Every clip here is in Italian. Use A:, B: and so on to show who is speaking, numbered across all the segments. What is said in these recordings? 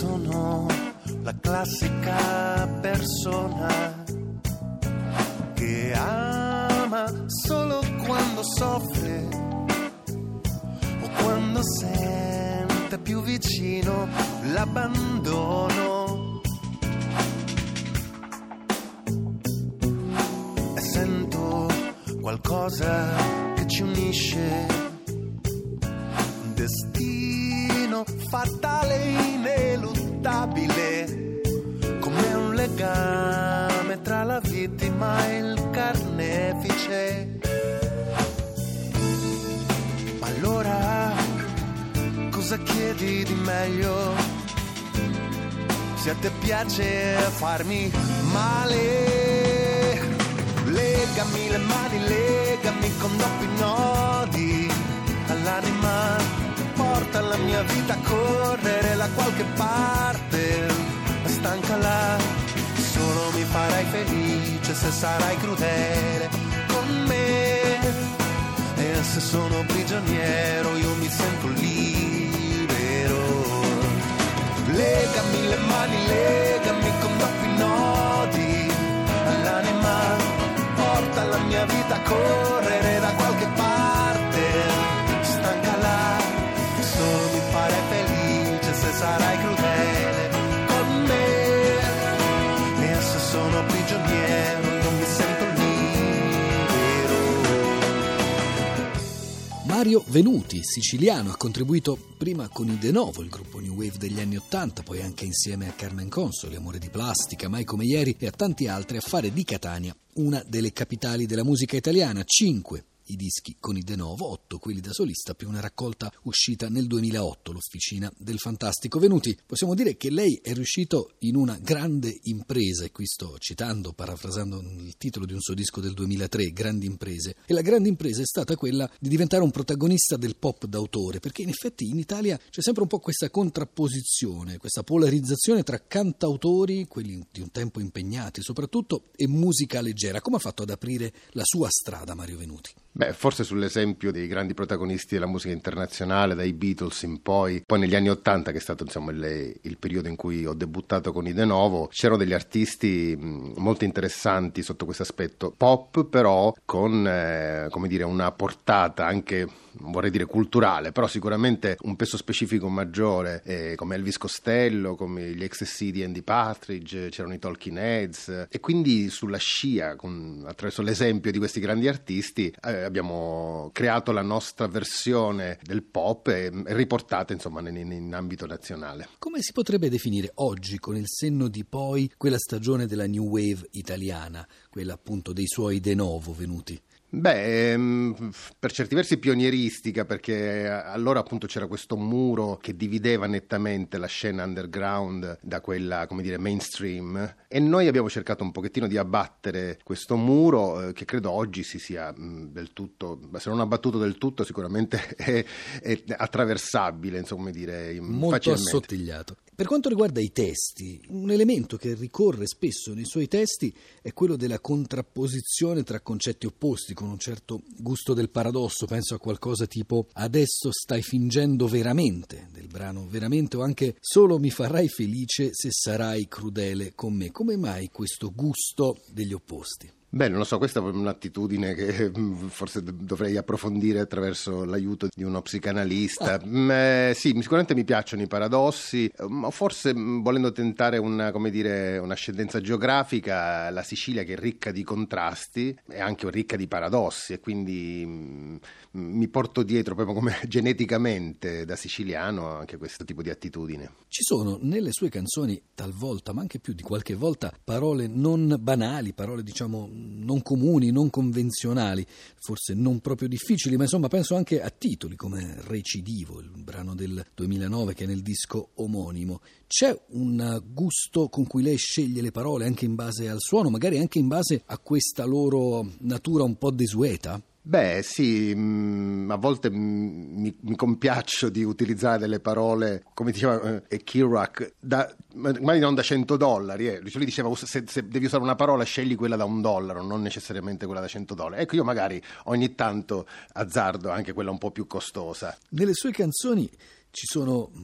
A: sono la classica persona che ama solo quando soffre o quando sente più vicino l'abbandono. E sento qualcosa che ci unisce, un destino fatale e ineluttabile, come un legame tra la vittima e il carnefice. Ma allora cosa chiedi di meglio? Se a te piace farmi male, legami le mani, legami con doppi nodi all'anima, porta la mia vita a correre da qualche parte, stancala, solo mi farai felice se sarai crudele con me, e se sono prigioniero io mi sento libero. Legami le mani, legami con doppi nodi all'anima, porta la mia vita a correre da qualche parte, stancala, solo mi farai felice se sarai crudele con me, e se sono prigioniero io mi sento libero.
B: Mario Venuti, siciliano, ha contribuito prima con i De Novo, il gruppo New Wave degli anni '80, poi anche insieme a Carmen Consoli, Amore di plastica, Mai come ieri e a tanti altri a fare di Catania una delle capitali della musica italiana. 5 i dischi con i De Novo, 8 quelli da solista, più una raccolta uscita nel 2008, l'Officina del Fantastico. Venuti, possiamo dire che lei è riuscito in una grande impresa, e qui sto citando, parafrasando il titolo di un suo disco del 2003, Grandi imprese, e la grande impresa è stata quella di diventare un protagonista del pop d'autore, perché in effetti in Italia c'è sempre un po' questa contrapposizione, questa polarizzazione tra cantautori, quelli di un tempo impegnati soprattutto, e musica leggera. Come ha fatto ad aprire la sua strada Mario Venuti?
C: Beh, forse sull'esempio dei grandi protagonisti della musica internazionale, dai Beatles in poi negli anni '80, che è stato insomma il periodo in cui ho debuttato con i De Novo, c'erano degli artisti molto interessanti sotto questo aspetto, pop però con come dire, una portata anche, non vorrei dire culturale, però sicuramente un peso specifico maggiore, come Elvis Costello, come gli XTC di Andy Partridge, c'erano i Talking Heads, e quindi sulla scia, attraverso l'esempio di questi grandi artisti, abbiamo creato la nostra versione del pop e riportata insomma in ambito nazionale.
B: Come si potrebbe definire oggi, con il senno di poi, quella stagione della New Wave italiana, quella appunto dei suoi De Novo Venuti?
C: Beh, per certi versi pionieristica, perché allora appunto c'era questo muro che divideva nettamente la scena underground da quella, come dire, mainstream, e noi abbiamo cercato un pochettino di abbattere questo muro, che credo oggi si sia del tutto, se non abbattuto del tutto, sicuramente è attraversabile, insomma, come dire,
B: molto
C: facilmente.
B: Assottigliato. Per quanto riguarda i testi, un elemento che ricorre spesso nei suoi testi è quello della contrapposizione tra concetti opposti, con un certo gusto del paradosso. Penso a qualcosa tipo "Adesso stai fingendo veramente", del brano Veramente, o anche "Solo mi farai felice se sarai crudele con me". Come mai questo gusto degli opposti?
C: Beh, non lo so, questa è un'attitudine che forse dovrei approfondire attraverso l'aiuto di uno psicanalista. Sì, sicuramente mi piacciono i paradossi, ma forse volendo tentare un'ascendenza geografica, la Sicilia, che è ricca di contrasti, è anche ricca di paradossi, e quindi mi porto dietro proprio come geneticamente da siciliano anche questo tipo di attitudine.
B: Ci sono nelle sue canzoni talvolta, ma anche più di qualche volta, parole non banali, parole diciamo non comuni, non convenzionali, forse non proprio difficili, ma insomma penso anche a titoli come Recidivo, il brano del 2009 che è nel disco omonimo. C'è un gusto con cui lei sceglie le parole anche in base al suono, magari anche in base a questa loro natura un po' desueta?
C: Beh sì, a volte mi compiaccio di utilizzare delle parole, come diceva Kerouac, magari non da $100, lui diceva se devi usare una parola scegli quella da $1, non necessariamente quella da $100. Ecco, io magari ogni tanto azzardo anche quella un po' più costosa.
B: Nelle sue canzoni ci sono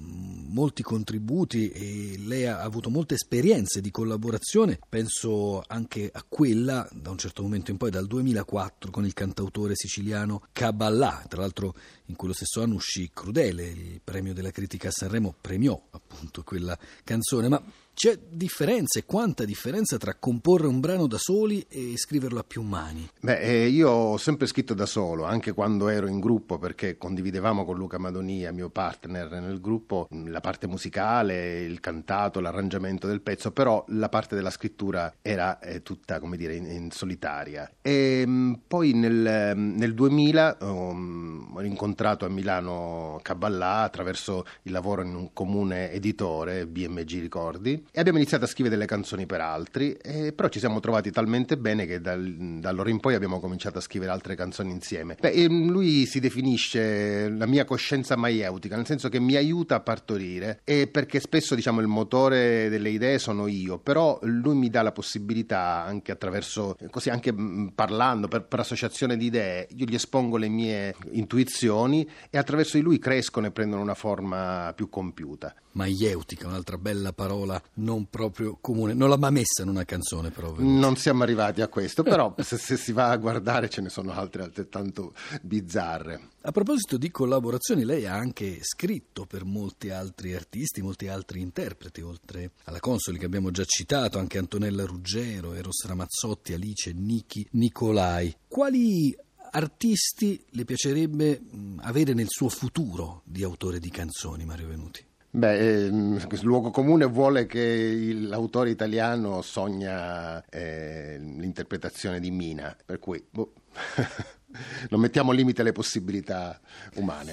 B: molti contributi e lei ha avuto molte esperienze di collaborazione, penso anche a quella da un certo momento in poi, dal 2004, con il cantautore siciliano Caballà. Tra l'altro in quello stesso anno uscì Crudele, il premio della critica a Sanremo premiò appunto quella canzone. Ma c'è differenza, e quanta differenza, tra comporre un brano da soli e scriverlo a più mani?
C: Io ho sempre scritto da solo, anche quando ero in gruppo, perché condividevamo con Luca Madonia, mio partner nel gruppo, la parte musicale, il cantato, l'arrangiamento del pezzo, però la parte della scrittura era tutta, come dire, in solitaria. E poi nel 2000 ho incontrato a Milano Caballà attraverso il lavoro in un comune editore, BMG Ricordi, e abbiamo iniziato a scrivere delle canzoni per altri, però ci siamo trovati talmente bene che d'allora in poi abbiamo cominciato a scrivere altre canzoni insieme. Lui si definisce la mia coscienza maieutica, nel senso che mi aiuta a partorire, e perché spesso, diciamo, il motore delle idee sono io, però lui mi dà la possibilità, anche attraverso, così, anche parlando per associazione di idee, io gli espongo le mie intuizioni e attraverso di lui crescono e prendono una forma più compiuta.
B: Maieutica, un'altra bella parola non proprio comune, non l'ha mai messa in una canzone, però.
C: Non siamo arrivati a questo, però se si va a guardare ce ne sono altre altrettanto bizzarre.
B: A proposito di collaborazioni, lei ha anche scritto per molti altri artisti, molti altri interpreti, oltre alla Consoli che abbiamo già citato, anche Antonella Ruggero, Eros Ramazzotti, Alice, Niki, Nicolai. Quali artisti le piacerebbe avere nel suo futuro di autore di canzoni, Mario Venuti?
C: Il luogo comune vuole che l'autore italiano sogna l'interpretazione di Mina, per cui non mettiamo limite alle possibilità umane.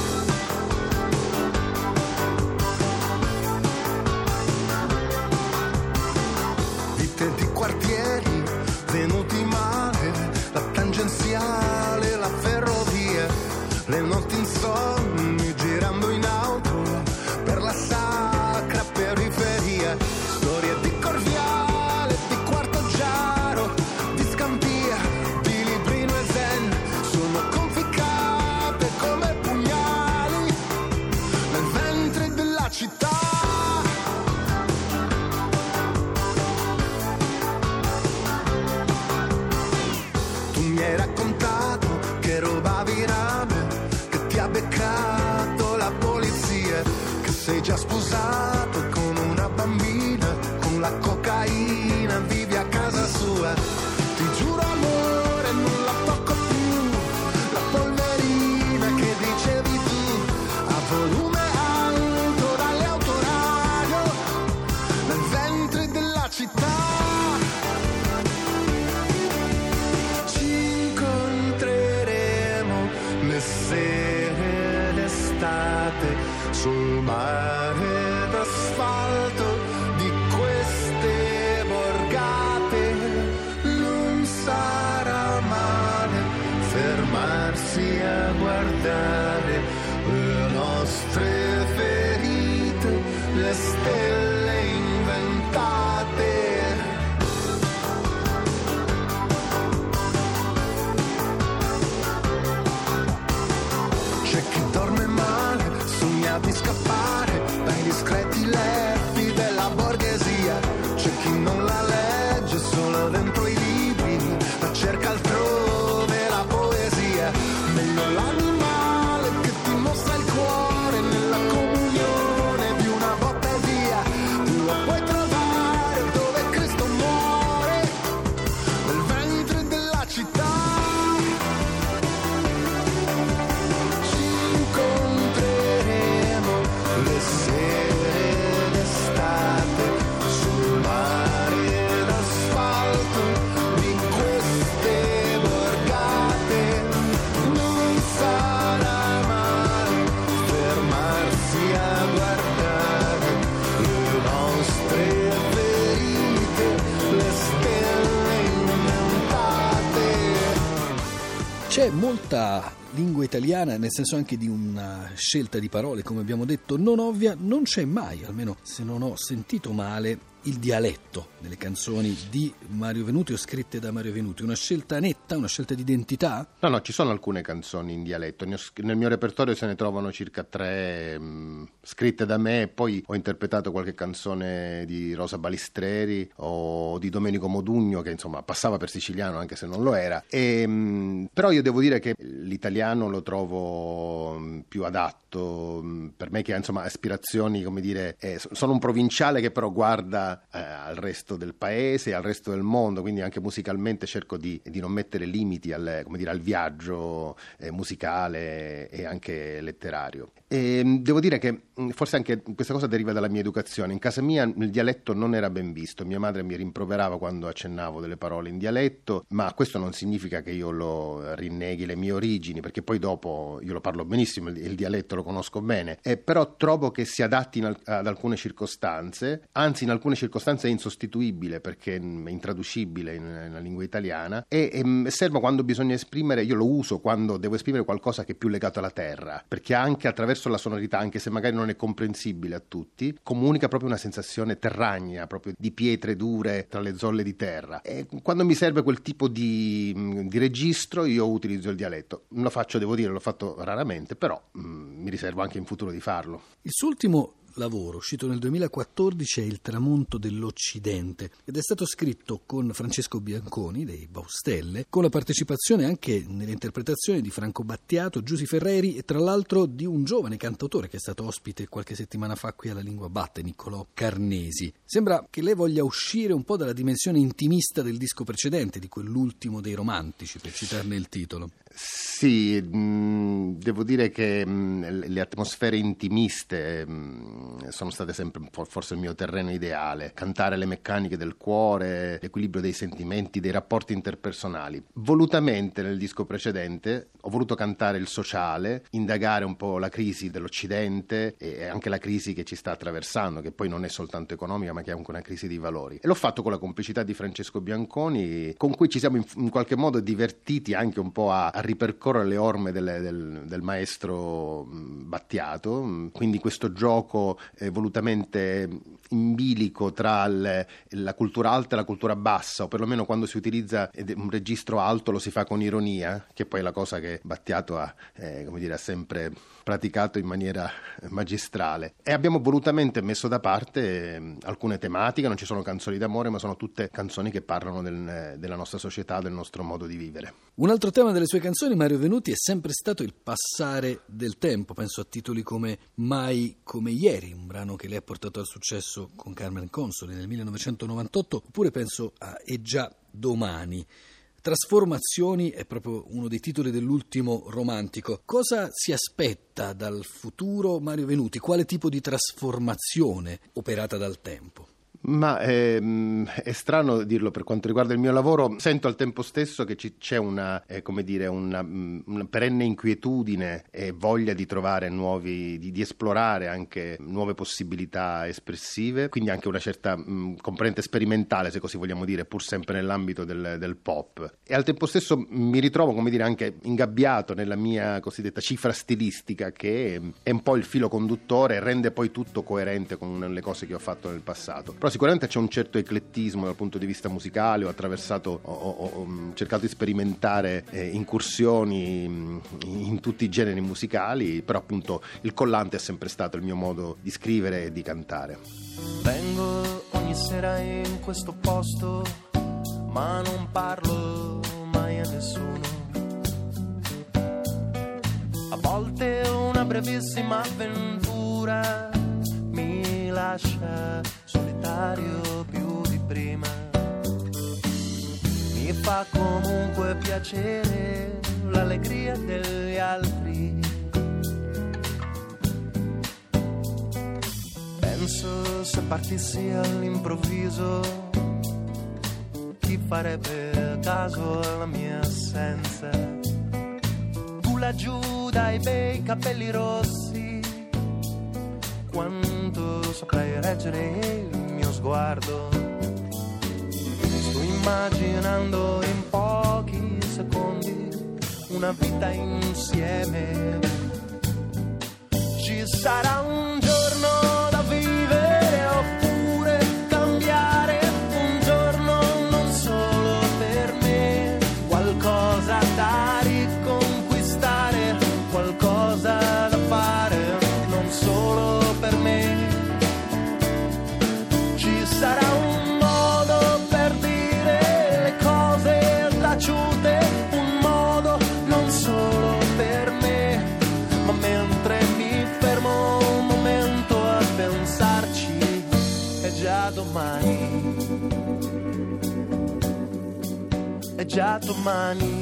A: Vite di quartieri venuti male, la tangenziale, la ferrovia, le notti insonni girando in auto per la sacra periferia, storie di Corviale, di Quarto Giaro, di Scampia, di Librino e Zen, sono conficcate come pugnali nel ventre della città. Tu mi hai raccontato che rubavi rame, che ti ha beccato la polizia, sei già sposato con una bambina, con la cocaina vivi a casa sua. Ti giuro amore non la tocco più, la polverina che dicevi tu, a volume alto dalle autoradio, nel ventre della città. Ci incontreremo le sere d'estate sul mare d'asfalto di queste borgate. Non sarà male fermarsi a guardare le nostre ferite, le stelle inventate. C'è chi dorme male, sogna di scappare dai discreti letti della borghesia. C'è chi non la legge solo dentro i libri, ma cerca altrove la poesia. Meglio l'animale che ti mostra il cuore nella comunione di una botta e via. Tu lo puoi trovare dove Cristo muore, nel ventre della città. Le sere d'estate sul mare d'asfalto di queste borgate. Non sarà male fermarsi a guardare le nostre ferite, le stelle inventate.
B: C'è molta lingua italiana, nel senso anche di una scelta di parole, come abbiamo detto, non ovvia. Non c'è mai, almeno se non ho sentito male, il dialetto nelle canzoni di Mario Venuti o scritte da Mario Venuti? Una scelta netta, una scelta di identità?
C: No, ci sono alcune canzoni in dialetto. Nel mio repertorio se ne trovano circa 3 scritte da me, poi ho interpretato qualche canzone di Rosa Balistreri o di Domenico Modugno, che insomma passava per siciliano anche se non lo era. Però io devo dire che l'italiano lo trovo più adatto per me, che ha insomma aspirazioni, come dire, sono un provinciale che però guarda al resto del paese, al resto del mondo, quindi anche musicalmente cerco di non mettere limiti al viaggio musicale e anche letterario. E devo dire che forse anche questa cosa deriva dalla mia educazione. In casa mia il dialetto non era ben visto, mia madre mi rimproverava quando accennavo delle parole in dialetto, ma questo non significa che io lo rinneghi le mie origini, perché poi dopo io lo parlo benissimo, il dialetto lo conosco bene, però trovo che si adatti ad alcune circostanze, anzi in alcune circostanze è insostituibile perché è intraducibile nella lingua italiana, e serve quando bisogna esprimere, io lo uso quando devo esprimere qualcosa che è più legato alla terra, perché anche attraverso la sonorità, anche se magari non è comprensibile a tutti, comunica proprio una sensazione terragna, proprio di pietre dure tra le zolle di terra, e quando mi serve quel tipo di registro io utilizzo il dialetto. Lo faccio, devo dire, l'ho fatto raramente, però mi riservo anche in futuro di farlo.
B: Il suo ultimo lavoro, uscito nel 2014, è Il tramonto dell'Occidente ed è stato scritto con Francesco Bianconi dei Baustelle, con la partecipazione anche nelle interpretazioni di Franco Battiato, Giusy Ferreri e tra l'altro di un giovane cantautore che è stato ospite qualche settimana fa qui alla Lingua Batte, Niccolò Carnesi. Sembra che lei voglia uscire un po' dalla dimensione intimista del disco precedente, di quell'ultimo dei romantici, per citarne il titolo.
C: Sì, devo dire che le atmosfere intimiste sono state sempre forse il mio terreno ideale. Cantare le meccaniche del cuore, l'equilibrio dei sentimenti, dei rapporti interpersonali. Volutamente nel disco precedente ho voluto cantare il sociale, indagare un po' la crisi dell'Occidente e anche la crisi che ci sta attraversando, che poi non è soltanto economica ma che è anche una crisi di valori. E l'ho fatto con la complicità di Francesco Bianconi, con cui ci siamo in qualche modo divertiti anche un po' a ripercorrere le orme del maestro Battiato, quindi questo gioco volutamente in bilico tra la cultura alta e la cultura bassa, o perlomeno quando si utilizza un registro alto lo si fa con ironia, che poi è la cosa che Battiato ha sempre praticato in maniera magistrale. E abbiamo volutamente messo da parte alcune tematiche, non ci sono canzoni d'amore, ma sono tutte canzoni che parlano della nostra società, del nostro modo di vivere.
B: Un altro tema delle sue canzoni, Mario Venuti, è sempre stato il passare del tempo. Penso a titoli come Mai come ieri, un brano che lei ha portato al successo con Carmen Consoli nel 1998, oppure penso a E già domani. Trasformazioni è proprio uno dei titoli dell'ultimo romantico. Cosa si aspetta dal futuro Mario Venuti? Quale tipo di trasformazione operata dal tempo?
C: Ma è strano dirlo per quanto riguarda il mio lavoro. Sento al tempo stesso che c'è una perenne inquietudine e voglia di trovare di esplorare anche nuove possibilità espressive, quindi anche una certa componente sperimentale, se così vogliamo dire, pur sempre nell'ambito del pop. E al tempo stesso mi ritrovo, anche ingabbiato nella mia cosiddetta cifra stilistica, che è un po' il filo conduttore e rende poi tutto coerente con le cose che ho fatto nel passato. Però sicuramente c'è un certo eclettismo dal punto di vista musicale. Ho cercato di sperimentare incursioni in tutti i generi musicali, però appunto il collante è sempre stato il mio modo di scrivere e di cantare.
A: Vengo ogni sera in questo posto, ma non parlo mai a nessuno. A volte una brevissima avventura mi lascia solitario più di prima. Mi fa comunque piacere l'allegria degli altri. Penso se partissi all'improvviso, chi farebbe caso alla mia assenza? Tu laggiù dai bei capelli rossi, quanto saprai reggere il mio sguardo. Sto immaginando in pochi secondi una vita insieme. Ci sarà un giorno da vivere oppure cambiare domani, è già domani.